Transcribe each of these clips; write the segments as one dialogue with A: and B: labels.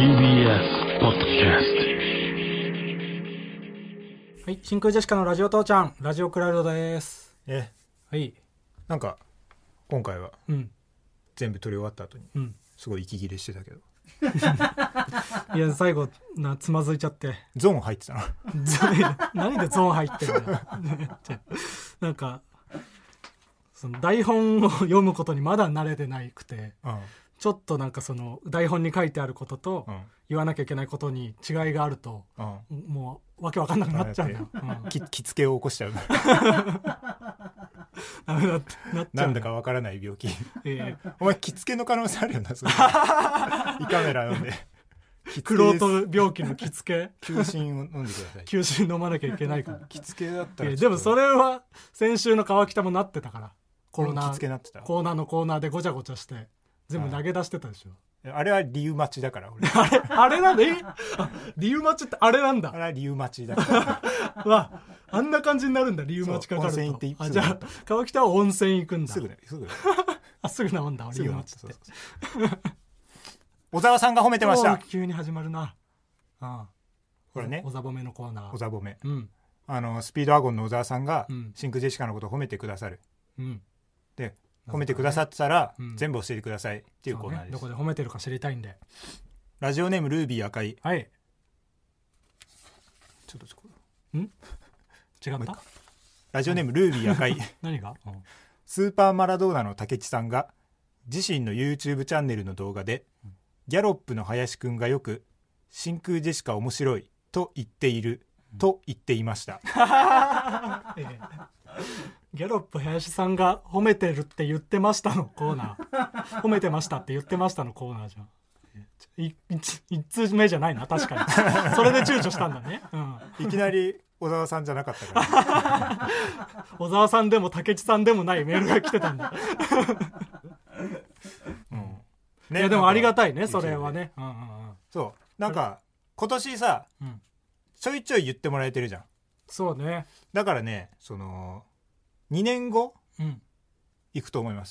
A: TBS ポッドキャス
B: はい、真空ジェシカのラジオ父ちゃん、ラジオクラウドです。はい。
C: なんか今回は
B: うん、
C: 全部撮り終わった後に、
B: うん、
C: すごい息切れしてたけど
B: いや最後つまずいちゃって
C: ゾーン入ってたな
B: 何でゾーン入ってるんだよなんかその台本を読むことにまだ慣れてなくて、
C: うん、
B: ちょっとなんかその台本に書いてあることと、言わなきゃいけないことに違いがあると、もうわけわかんなくなっちゃうんだよ、
C: 着付けを起こしちゃう
B: ダメだってなっちゃう。
C: なんだかわからない病気、お前着付けの可能性あるよなそれ胃カメラ飲んで
B: クロート病気の着付け
C: 休診を飲んでください。
B: 休診飲まなきゃいけないから
C: 着付けだったら
B: でもそれは先週の川北もなってたから、コーナ
C: 着付けなってた
B: コーナーのコーナーでごちゃごちゃして全部投げ出してたでしょ。
C: あれは理由待ちだから俺
B: あれなんだ理由待ちってあれなんだ。
C: あれは理由待ちだから
B: わあんな感じになるんだ。理由待ちかかると。温泉行ってじゃあ川北は温泉行くんだ。
C: すぐ
B: すぐなもんだ理由待ちって
C: 小沢さんが褒めてました。
B: 急に始まるな。
C: これね、
B: 小沢褒めのコーナー。
C: 小沢褒め、
B: ス
C: ピードワゴンの小沢さんが、真空ジェシカのことを褒めてくださる、で褒めてくださったら、全部教えてくださいっていうコーナーです。
B: どこで褒めてるか知りたいんで。
C: ラジオネームルービー赤い。
B: はい。
C: ちょっと
B: 違った。
C: ラジオネームルービー赤い
B: 何が、
C: スーパーマラドーナの武智さんが自身の YouTube チャンネルの動画で、ギャロップの林くんがよく真空ジェシカ面白いと言っている、と言っていました
B: ギャロップ林さんが褒めてるって言ってましたのコーナー褒めてましたって言ってましたのコーナーじゃん。1通目じゃないな確かにそれで躊躇したんだね、
C: いきなり小沢さんじゃなかったから
B: 小沢さんでも武智さんでもないメールが来てたんだいやでもありがたいねそれはね。
C: そうなんか今年さ、ちょいちょい言ってもらえてるじゃん。
B: そうね。
C: だからね、その2年後、行くと思います。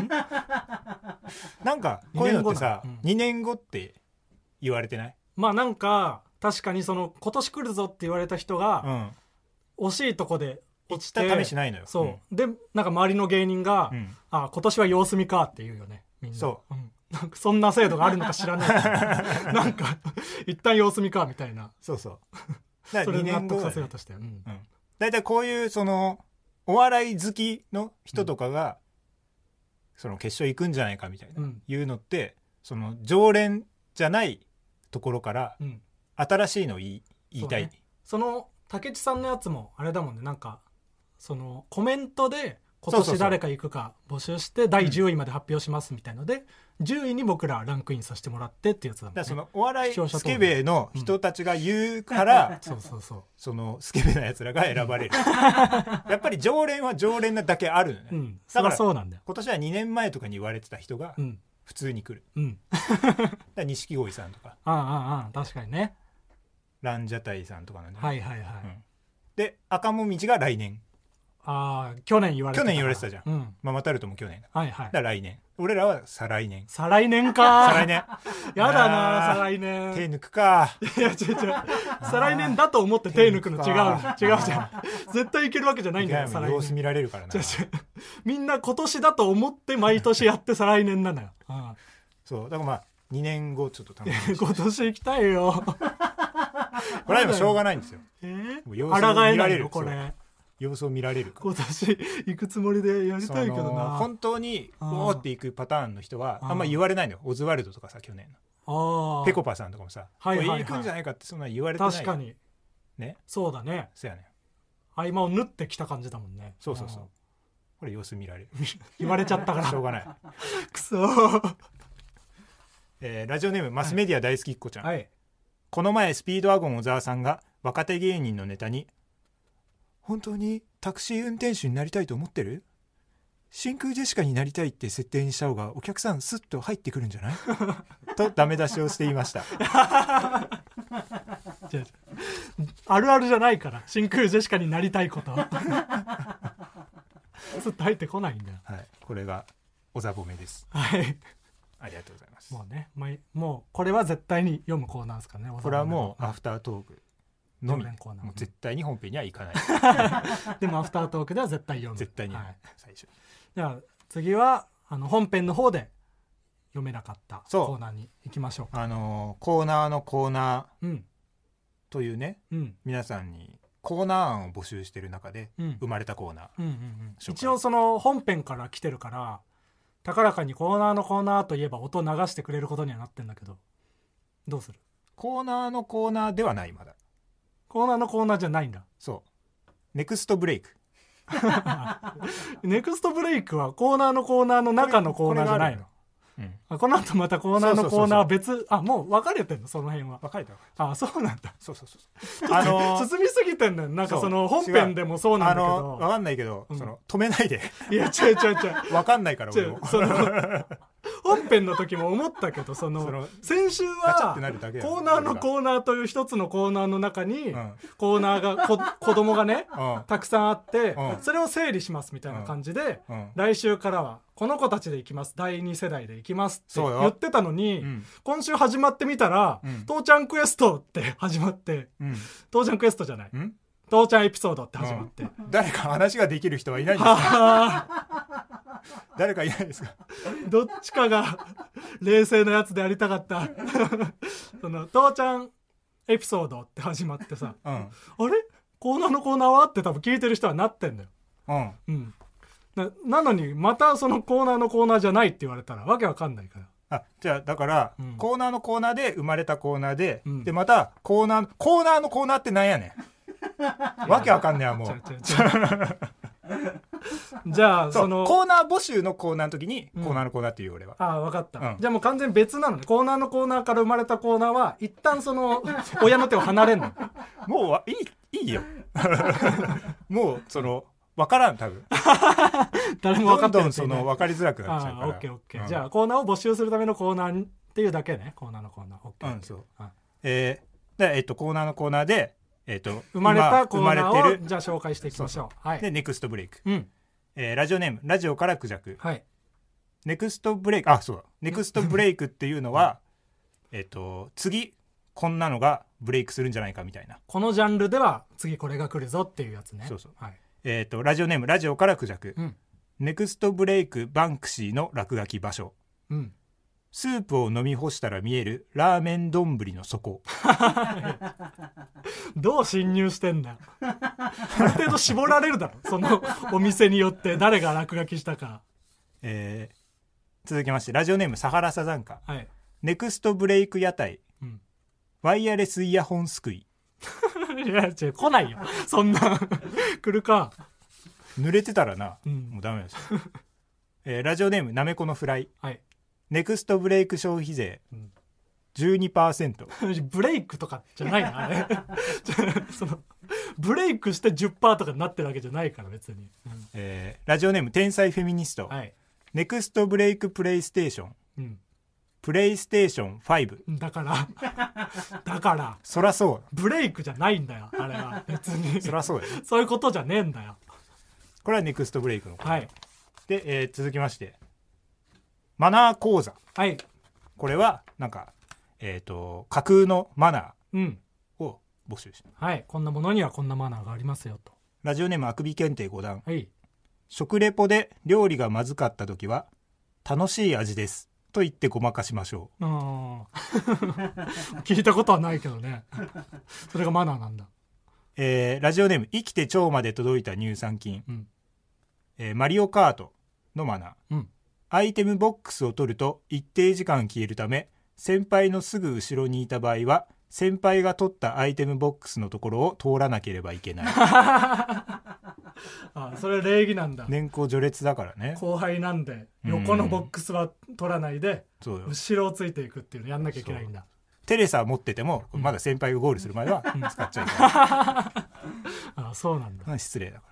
C: なんかこういうのってさ、2年後って言われてない？
B: まあなんか確かにその今年来るぞって言われた人が、惜しいとこで落ちて
C: 行った試しないのよ。
B: そう、でなんか周りの芸人が、今年は様子見かって言うよねみんな。そう、なんかそんな制度があるのか知らないなんか一旦様子見かみたいな。
C: そうそ
B: れで納得させようとして、
C: だいたいこういうそのお笑い好きの人とかが、その決勝行くんじゃないかみたいな、いうのってその常連じゃないところから、新しいのを言いたい。
B: その武智さんのやつもあれだもんね、なんかそのコメントで今年誰か行くか募集して第10位まで発表しますみたいので、10位に僕らランクインさせてもらってってやつだもんね。
C: だからそのお笑いスケベの人たちが言うから、そのスケベなやつらが選ばれるやっぱり常連は常連なだけあるのね、だからそうなんだよ。今年は2年前とかに言われてた人が普通に来る、だ錦鯉さんとか
B: 確かにね、
C: ランジャタイさんとかなん
B: で、
C: で赤もみじが来年。
B: 去年言われて
C: たじゃん、ママタルトも去年だ、だから来年。俺らは再来年。
B: 再来年か。
C: 再来年
B: やだな、再来年。
C: 手抜くか。
B: いや違う再来年だと思って手抜くの違うじゃん絶対いけるわけじゃないんだよ。
C: 様子見られるからな。
B: みんな今年だと思って毎年やって再来年なのよ。
C: そうだからまあ2年後ちょっと楽しみ。
B: 今年行きたいよ
C: これはでもしょうがないんですよ。
B: 抗えないのこれ。
C: 様子を見られるから。
B: 今年行くつもりでやりたいけどな。
C: 本当におーって行くパターンの人はあんま言われないのよ。オズワルドとかさ、去年のぺこぱさんとかもさ、行くんじゃないかってそんな言われてない。
B: 確かに
C: ね。
B: そうだね。
C: そうやね。
B: 合間を縫ってきた感じだもんね。
C: そうこれ様子見られる
B: 言われちゃったから
C: しょうがない
B: くそ
C: ラジオネームマスメディア大好きっ子ちゃん、この前スピードワゴン小沢さんが若手芸人のネタに、本当にタクシー運転手になりたいと思ってる？真空ジェシカになりたいって設定にした方がお客さんスッと入ってくるんじゃないとダメ出しをしていました
B: あるあるじゃないから、真空ジェシカになりたいことスッと入ってこないんだよ。
C: これがおざぼめです。
B: はい、
C: ありがとうございます。
B: もうね、もうここれは絶対に読むコーナーですからね。
C: これはもうアフタートークのみ、
B: 常連コーナー
C: もう絶対に本編には行かない
B: でもアフタートークでは絶対読む。
C: 絶対に、
B: はい、
C: 最初。
B: じゃあ次は本編の方で読めなかった
C: そう
B: コーナーに行きましょう。
C: コーナーのコーナー
B: うん
C: というね、
B: うん、
C: 皆さんにコーナー案を募集してる中で
B: うん
C: 生まれたコーナー、
B: うんうんうん、
C: 紹介
B: 一応その本編から来てるから高らかにコーナーのコーナーといえば音流してくれることにはなってんだけど、どうする？
C: コーナーのコーナーではない。まだ
B: コーナーのコーナーじゃないんだ。
C: そうネクストブレイク
B: ネクストブレイクはコーナーのコーナーの中のコーナーじゃないの？この後またコーナーのコーナーは別、もう分かれてんの、その辺は。
C: 分かれた。
B: そうなんだ。
C: そう
B: 進みすぎてんのよ。なんかその本編でもそうなんだけど、
C: 分かんないけど、その止めないで。
B: いや違う
C: 分かんないから俺も。
B: その本編の時も思ったけど、その先週はコーナーのコーナーという一つのコーナーの中にコーナーが子供がねたくさんあって、それを整理しますみたいな感じで、来週からはこの子たちで行きます、第2世代で行きますって言ってたのに、今週始まってみたら父ちゃんクエストって始まって、父ちゃんクエストじゃない、父ちゃんエピソードって始まって、
C: 誰か話ができる人はいないんですか？誰かいないですか？
B: どっちかが冷静なやつでやりたかったその父ちゃんエピソードって始まってさ、あれコーナーのコーナーはって多分聞いてる人はなってんだよ。なのにまたそのコーナーのコーナーじゃないって言われたらわけわかんないから。
C: じゃあだから、コーナーのコーナーで生まれたコーナーで、でまたコーナーのコーナーってなんやねんわけわかんねえもう
B: じゃあその
C: コーナー募集のコーナーの時にコーナーのコーナーっていう俺は。
B: 分かった、じゃあもう完全に別なのね。コーナーのコーナーから生まれたコーナーは一旦その親の手を離れんの
C: もういいよもうその分からん、多分
B: 誰も分かってない。
C: どんどんその分かりづらくなっちゃうから。
B: オッケー、じゃあコーナーを募集するためのコーナーっていうだけね。コーナーのコーナー、オッケー、そう。
C: でコーナーのコーナーで
B: 生まれたコーナーをじゃあ紹介していきましょう。
C: でネクストブレイク、ラジオネームラジオからクジャク。ネクストブレイク、そうだ、ネクストブレイクっていうのは次こんなのがブレイクするんじゃないかみたいな、
B: このジャンルでは次これが来るぞっていうやつね。
C: ラジオネームラジオからクジャク、ネクストブレイクバンクシーの落書き場所、スープを飲み干したら見えるラーメン丼の底
B: どう侵入してんだよある程度絞られるだろそのお店によって誰が落書きしたか。
C: 続きましてラジオネームサハラサザンカ、ネクストブレイク屋台、ワイヤレスイヤホンすくい
B: いや来ないよそんな来るか。
C: 濡れてたらな、もうダメですよラジオネームなめこのフライ、ネクストブレイク消費税、12%
B: ブレイクとかじゃないなあれそのブレイクして 10% とかになってるわけじゃないから別に、
C: ラジオネーム天才フェミニスト、ネクストブレイクプレイステーション、プレイステーション5。
B: だから
C: そらそう
B: ブレイクじゃないんだよあれは別に
C: そらそうや
B: そういうことじゃねえんだよ。
C: これはネクストブレイクのこと、で、続きましてマナー講座、これはなんか架空のマナーを募集して、
B: こんなものにはこんなマナーがありますよと。
C: ラジオネームあくび検定5段、食レポで料理がまずかった時は楽しい味ですと言ってごまかしましょう。
B: 聞いたことはないけどねそれがマナーなんだ。
C: ラジオネーム生きて腸まで届いた乳酸菌、マリオカートのマナー、アイテムボックスを取ると一定時間消えるため先輩のすぐ後ろにいた場合は先輩が取ったアイテムボックスのところを通らなければいけない
B: それ礼儀なんだ。
C: 年功序列だからね。
B: 後輩なんで横のボックスは取らないで後ろをついていくっていうのやんなきゃいけないんだ。
C: テレサ持っててもまだ先輩がゴールするまでは使っちゃいけない、
B: そうなんだ。
C: 失礼だから、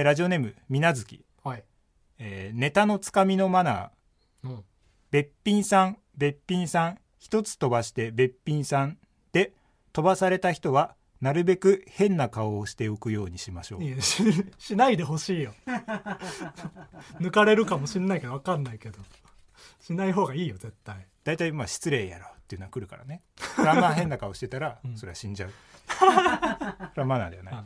C: ラジオネームみなずき、ネタのつかみのマナー、べっぴんさん一つ飛ばしてべっぴんさんで飛ばされた人はなるべく変な顔をしておくようにしましょう。
B: いや しないでほしいよ抜かれるかもしんないけど分かんないけどしない方がいいよ絶対。
C: だいたい失礼やろっっていうのは来るからね。あんま変な顔してたら、それは死んじゃう。それはマナーではない。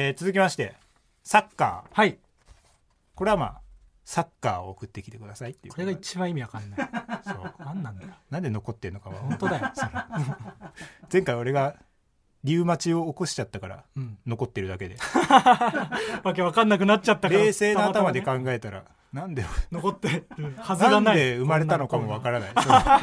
C: 続きましてサッカー。
B: はい。
C: これはまあサッカーを送ってきてくださいっていう。
B: これが一番意味わかんない。
C: そう
B: 何なんだよ。
C: なんで残ってんのかは
B: 本当だよ。
C: 前回俺がリウマチを起こしちゃったから残ってるだけで、
B: わけわかんなくなっちゃったから
C: 冷静な頭で考えたらなんで
B: 残ってるはずがない。
C: なんで生まれたのかもわからない。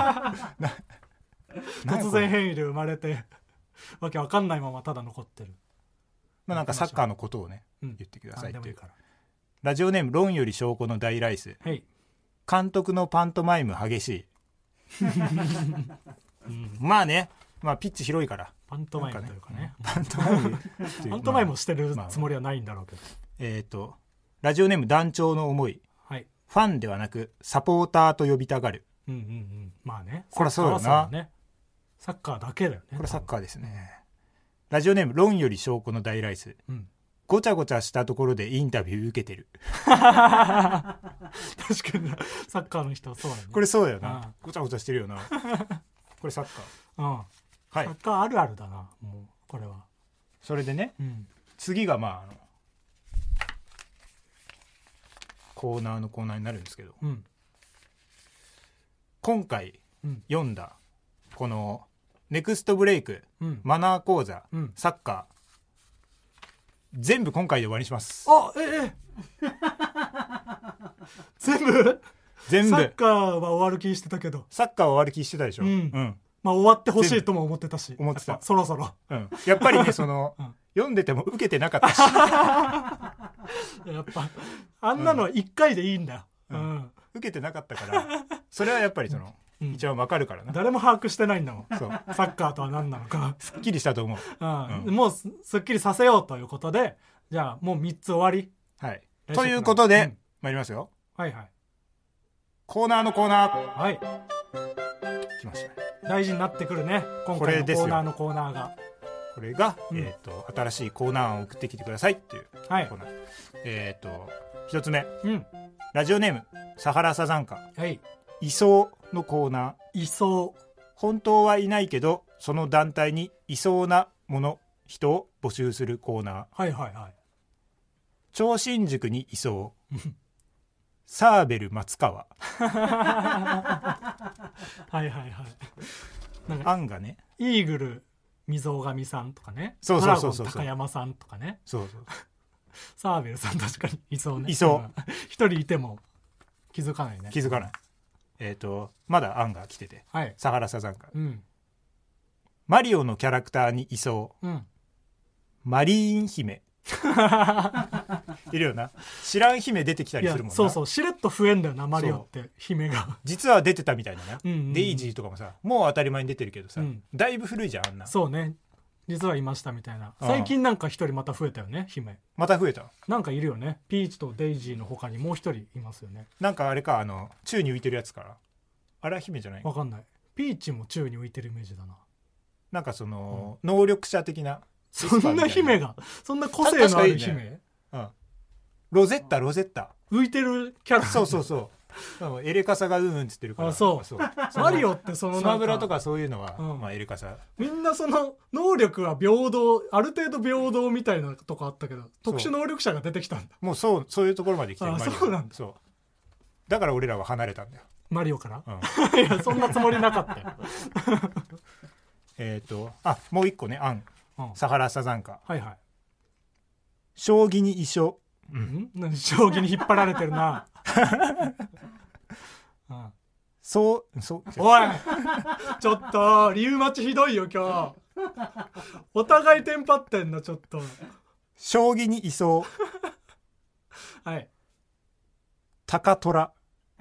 B: 突然変異で生まれてわけわかんないままただ残ってる。
C: まあなんかサッカーのことをね、言ってくださいっていう
B: から。
C: ラジオネーム論より証拠の大ライス。
B: はい。
C: 監督のパントマイム激しい。まあね、まあピッチ広いから
B: パントマイムというかね。
C: パン
B: トマイムをしてるつもりはないんだろうけ
C: ど。ラジオネーム団長の思い。
B: はい。
C: ファンではなくサポーターと呼びたがる。
B: まあね。
C: これはそうだな。
B: サッカーだけだよね。
C: これサッカーですね。ラジオネーム論より証拠の大ライス。ごちゃごちゃしたところでインタビュー受けてる。
B: 確かにサッカーの人はそうだね。
C: これそうだよな。ごちゃごちゃしてるよな。これサッカー。はい。
B: サッカーあるあるだな。もうこれは。
C: それでね、次がまあコーナーのコーナーになるんですけど、今回読んだこのネクストブレイク、マナー講座、サッカー全部今回で終わりにします。全部
B: サッカーは終わる気してたけど。
C: サッカーは終わる気してたでしょ。
B: まあ終わってほしいとも思ってたし。
C: 思ってた。
B: そろそろ。
C: やっぱりねその読んでても受けてなかったし。
B: やっぱあんなのは1回でいいんだよ。
C: 受けてなかったからそれはやっぱりその一番わかるからな。
B: 誰も把握してないんだもん。
C: そう
B: サッカーとは何なのか。
C: すっきりしたと思
B: う。もうすっきりさせようということで、じゃあもう3つ終わり。
C: はい。ということで参りますよ。
B: はいはい。
C: コーナーのコーナー。
B: はい。
C: 来ましたね。
B: 大事になってくるね。今回のコーナーのコーナーが。
C: これが新しいコーナーを送ってきてくださいっていうコーナー。一つ目。ラジオネームサハラサザンカ。
B: はい。
C: いそうのコーナー。
B: いそう。
C: 本当はいないけどその団体にいそうなもの人を募集するコーナー。
B: はいはいはい。
C: 超新塾にいそうサーベル松川。
B: はいはいはい。
C: なんか案がね、
B: イーグル溝上さんとかね。
C: そうそうそうそう。
B: 高山さんとかね。
C: そうそう。
B: サーベルさん確かにいそうね。
C: いそう。
B: 一人いても気づかないね。
C: 気づかない。まだ案が来てて、
B: はい、
C: サハラサザンカ、マリオのキャラクターにいそう、マリーン姫。いるよな。知らん姫出てきたりするもんな。
B: そうそう、しれっと増えんだよなマリオって姫が。
C: 実は出てたみたいなな。デイジーとかもさ、もう当たり前に出てるけどさ、だいぶ古いじゃんあんな。
B: そうね。実はいましたみたいな。最近なんか一人また増えたよね、姫。
C: また増えた。
B: なんかいるよね。ピーチとデイジーの他にもう一人いますよね。
C: なんかあれか、宙に浮いてるやつから。あれは姫じゃない？
B: わかんない。ピーチも宙に浮いてるイメージだな。
C: なんかその、能力者的な。
B: そんな姫が、そんな個性のある姫？
C: ロゼッタ。
B: 浮いてるキャラ。
C: そうそうそう。エレカサがうんってってるから。
B: そうマリオってその
C: スマブラとかそういうのは、まあエレカサ。
B: みんなその能力は平等、ある程度平等みたいなとこあったけど、特殊能力者が出てきたんだ。
C: もうそういうところまで来てる。
B: そうなんだ。
C: そうだから俺らは離れたんだよ、
B: マリオから。いやそんなつもりなかった
C: よ。もう一個ね、サハラサザンカ。
B: はいはい。
C: 将棋に一緒。
B: 将棋に引っ張られてるな。
C: そう
B: おいちょっとリウマチひどいよ今日。お互いテンパってんのちょっと。
C: 将棋にいそう。
B: はい。
C: 高虎。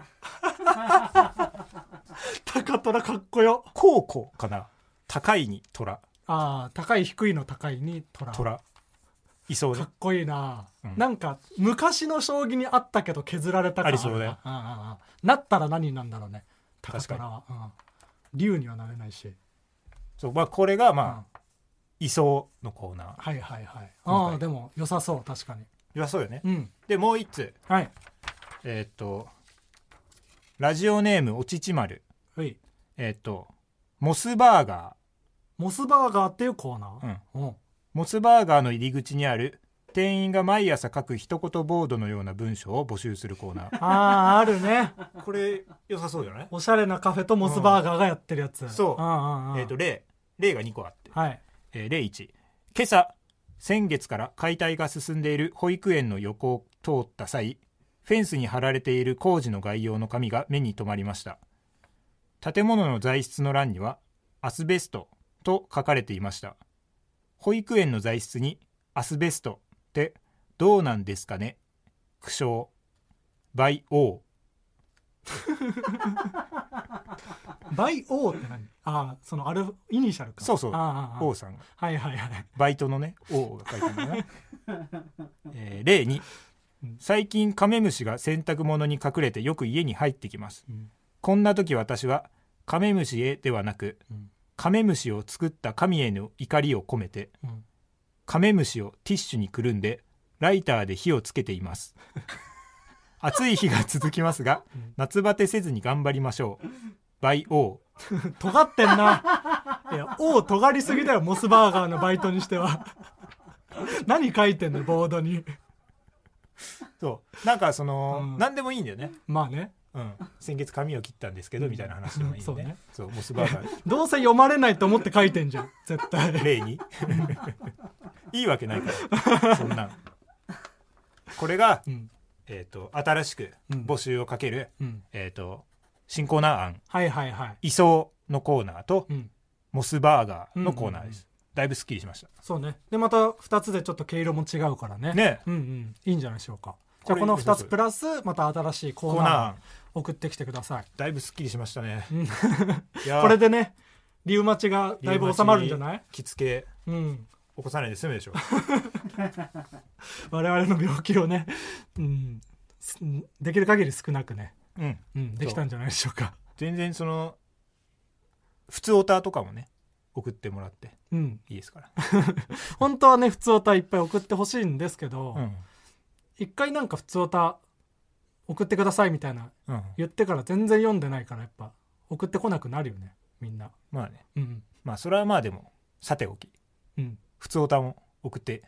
B: 高虎かっこよ。
C: 高校かな。高いに虎。
B: 高い低いの高いに虎。いそうね。かっこいいな、なんか昔の将棋にあったけど削られたから
C: ありそうだよ。
B: なったら何なんだろうね、高虎は。竜にはなれないし。
C: そう、まあこれがまあ、いそうのコーナー。
B: はいはいはい。でも良さそう、確かに
C: 良さそうよね。でもう一つ。
B: はい。
C: ラジオネームおちちまる。
B: はい。
C: モスバーガ
B: モスバーガーっていうコーナー、
C: ー、モスバーガーの入り口にある店員が毎朝書く一言ボードのような文章を募集するコーナー。
B: あるね。
C: これ良さそうじゃない？
B: おしゃれなカフェとモスバーガーがやってるやつ、
C: そう。例が2個あって、
B: はい。
C: 例1、今朝先月から解体が進んでいる保育園の横を通った際、フェンスに貼られている工事の概要の紙が目に留まりました。建物の材質の欄にはアスベストと書かれていました。保育園の材質にアスベストってどうなんですかね。苦笑 by O
B: バイオーって何？そのイニシャルか。
C: そうそう。O さんが。はい。バイトのね、O が書いてあるね。例2、最近カメムシが洗濯物に隠れてよく家に入ってきます。こんな時私はカメムシへではなく、カメムシを作った神への怒りを込めて、カメムシをティッシュにくるんでライターで火をつけています。暑い日が続きますが、夏バテせずに頑張りましょう。バイオー。
B: 尖ってんな。いや、O尖りすぎだよ、モスバーガーのバイトにしては。何書いてんのボードに。
C: そうなんか何でもいいんだよね。
B: まあね、
C: 先月髪を切ったんですけどみたいな話でもいいんでね。そうモスバーガー
B: どうせ読まれないと思って書いてんじゃん絶対。
C: 例にいいわけないからそんなん。これが、新しく募集をかける、新コーナー案、位相のコーナーと、モスバーガーのコーナーです。だいぶすっきりしました。
B: そうね。でまた2つでちょっと毛色も違うからね。いいんじゃないでしょうか。じゃあこの2つプラスまた新しいコーナー案送ってきてください。
C: だいぶすっきりしましたね。
B: これでね、リウマチがだいぶ収まるんじゃない？
C: 着付け、起こさないで済むでしょう。
B: 我々の病気をね、できる限り少なくね、できたんじゃないでしょうか。
C: 全然普通オタとかもね送ってもらっていいですから。
B: 本当はね普通オタいっぱい送ってほしいんですけど、一回なんか普通オタ送ってくださいみたいな、言ってから全然読んでないからやっぱ送ってこなくなるよねみんな。
C: まあね、まあそれはまあでもさておき、普通オタも送って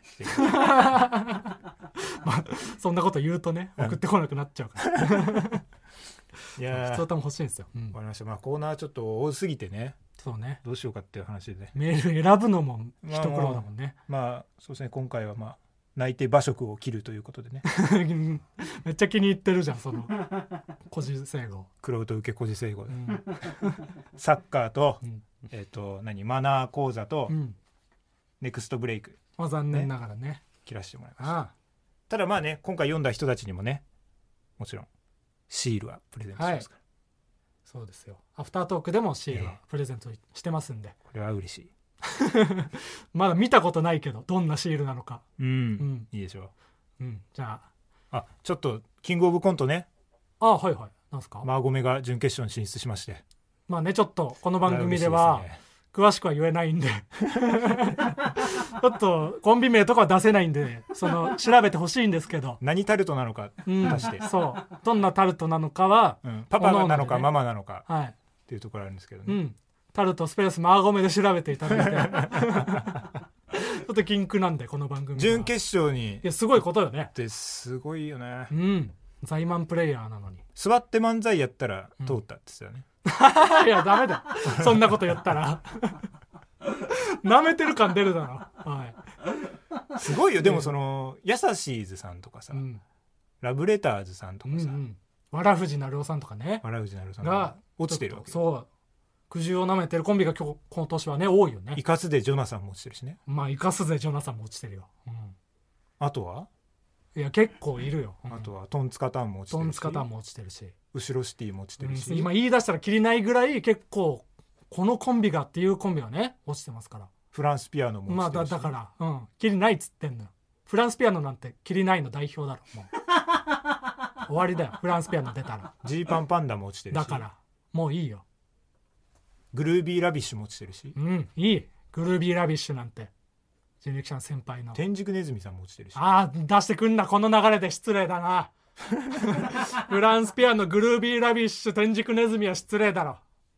B: まあそんなこと言うとね送ってこなくなっちゃうから
C: いや
B: 普通オタも欲しいんですよ。
C: わかりました。コーナーちょっと多すぎてね、
B: そうね、
C: どうしようかっていう話で、
B: メール選ぶのも一苦労だもんね。
C: そうですね、今回は泣いて馬食を切るということでね
B: めっちゃ気に入ってるじゃんその孤児生語、
C: 玄人受け孤児生語で、サッカーと、マナー講座と、ネクストブレイク、
B: 残念ながらね
C: 切らせてもらいました。ただ今回読んだ人たちにもね、もちろんシールはプレゼントしますから、
B: そうですよ。アフタートークでもシールはプレゼントしてますんで、
C: これは嬉しい。
B: まだ見たことないけどどんなシールなのか。
C: いいでしょう。
B: じゃ
C: ちょっとキングオブコントね。
B: なんすか。
C: マーゴメが準決勝に進出しまして、
B: ちょっとこの番組では詳しくは言えないんでちょっとコンビ名とかは出せないんで調べてほしいんですけど、
C: 何タルトなのか出して、
B: そうどんなタルトなのかは、
C: パパなのかママなのかっていうところあるんですけどね、
B: タルトスペースマーゴメで調べていただいてちょっと禁句なんでこの番組は
C: 準決勝に、
B: いやすごいことよね。
C: すごいよね。
B: ザイマンプレイヤーなのに
C: 座って漫才やったら通ったって言って
B: たよね、いやダメだよそんなこと言ったらなめてる感出るだろ、
C: すごいよ。でもヤサシーズさんとかさ、ラブレターズさんとかさ、
B: わらふじなるおさんとかね、
C: わらふじなるおさんが落ちてるわけ。
B: そう苦渋をなめてるコンビがこの年はね多いよね。
C: イカスでジョナサンも落ちてるしね。
B: イカスでジョナサンも落ちてるよ、
C: あとはい
B: や結構いるよ、
C: あとはトンツカタンも落ちてるし、
B: トンツカタンも落ちてるし、
C: 後ろシティも落ちてるし、
B: 今言い出したらきりないぐらい結構このコンビがっていうコンビはね落ちてますから。
C: フランスピアノも落ちてるし、
B: だからきりないっつってんのよ。フランスピアノなんてきりないの代表だろもう終わりだよフランスピアノ出たら。
C: ジーパンパンダも落ちてるし、
B: だからもういいよ。
C: グルービーラビッシュも落ちてるし、
B: いいグルービーラビッシュなんて人力車の先輩の
C: 天竺ネズミさんも落ちてるし、
B: 出してくんなこの流れで失礼だなフランスピアノグルービーラビッシュ天竺ネズミは失礼だろ。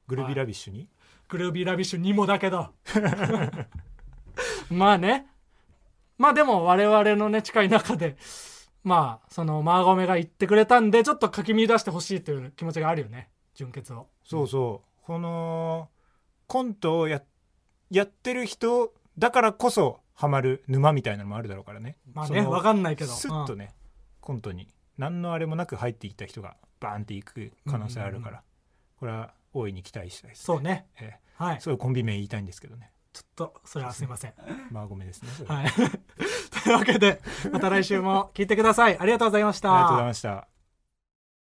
C: グルービーラビッシュに、
B: はい、グルービーラビッシュにもだけどまあね、まあでも我々のね近い中でまあそのマーゴメが言ってくれたんでちょっとかき乱してほしいという気持ちがあるよね、純潔を。
C: そうそう、このコントをやってる人だからこそハマる沼みたいなのもあるだろうからね。
B: まあね、分かんないけど
C: スッとね、コントに何のあれもなく入っていった人がバーンっていく可能性あるから、これは大いに期待したいですね。
B: そうね、はい、
C: そういうコンビ名言いたいんですけどね。
B: ちょっとそれはすいません
C: まあごめんですね、
B: はいというわけでまた来週も聞いてください。ありがとうございました。
C: ありがとうございました。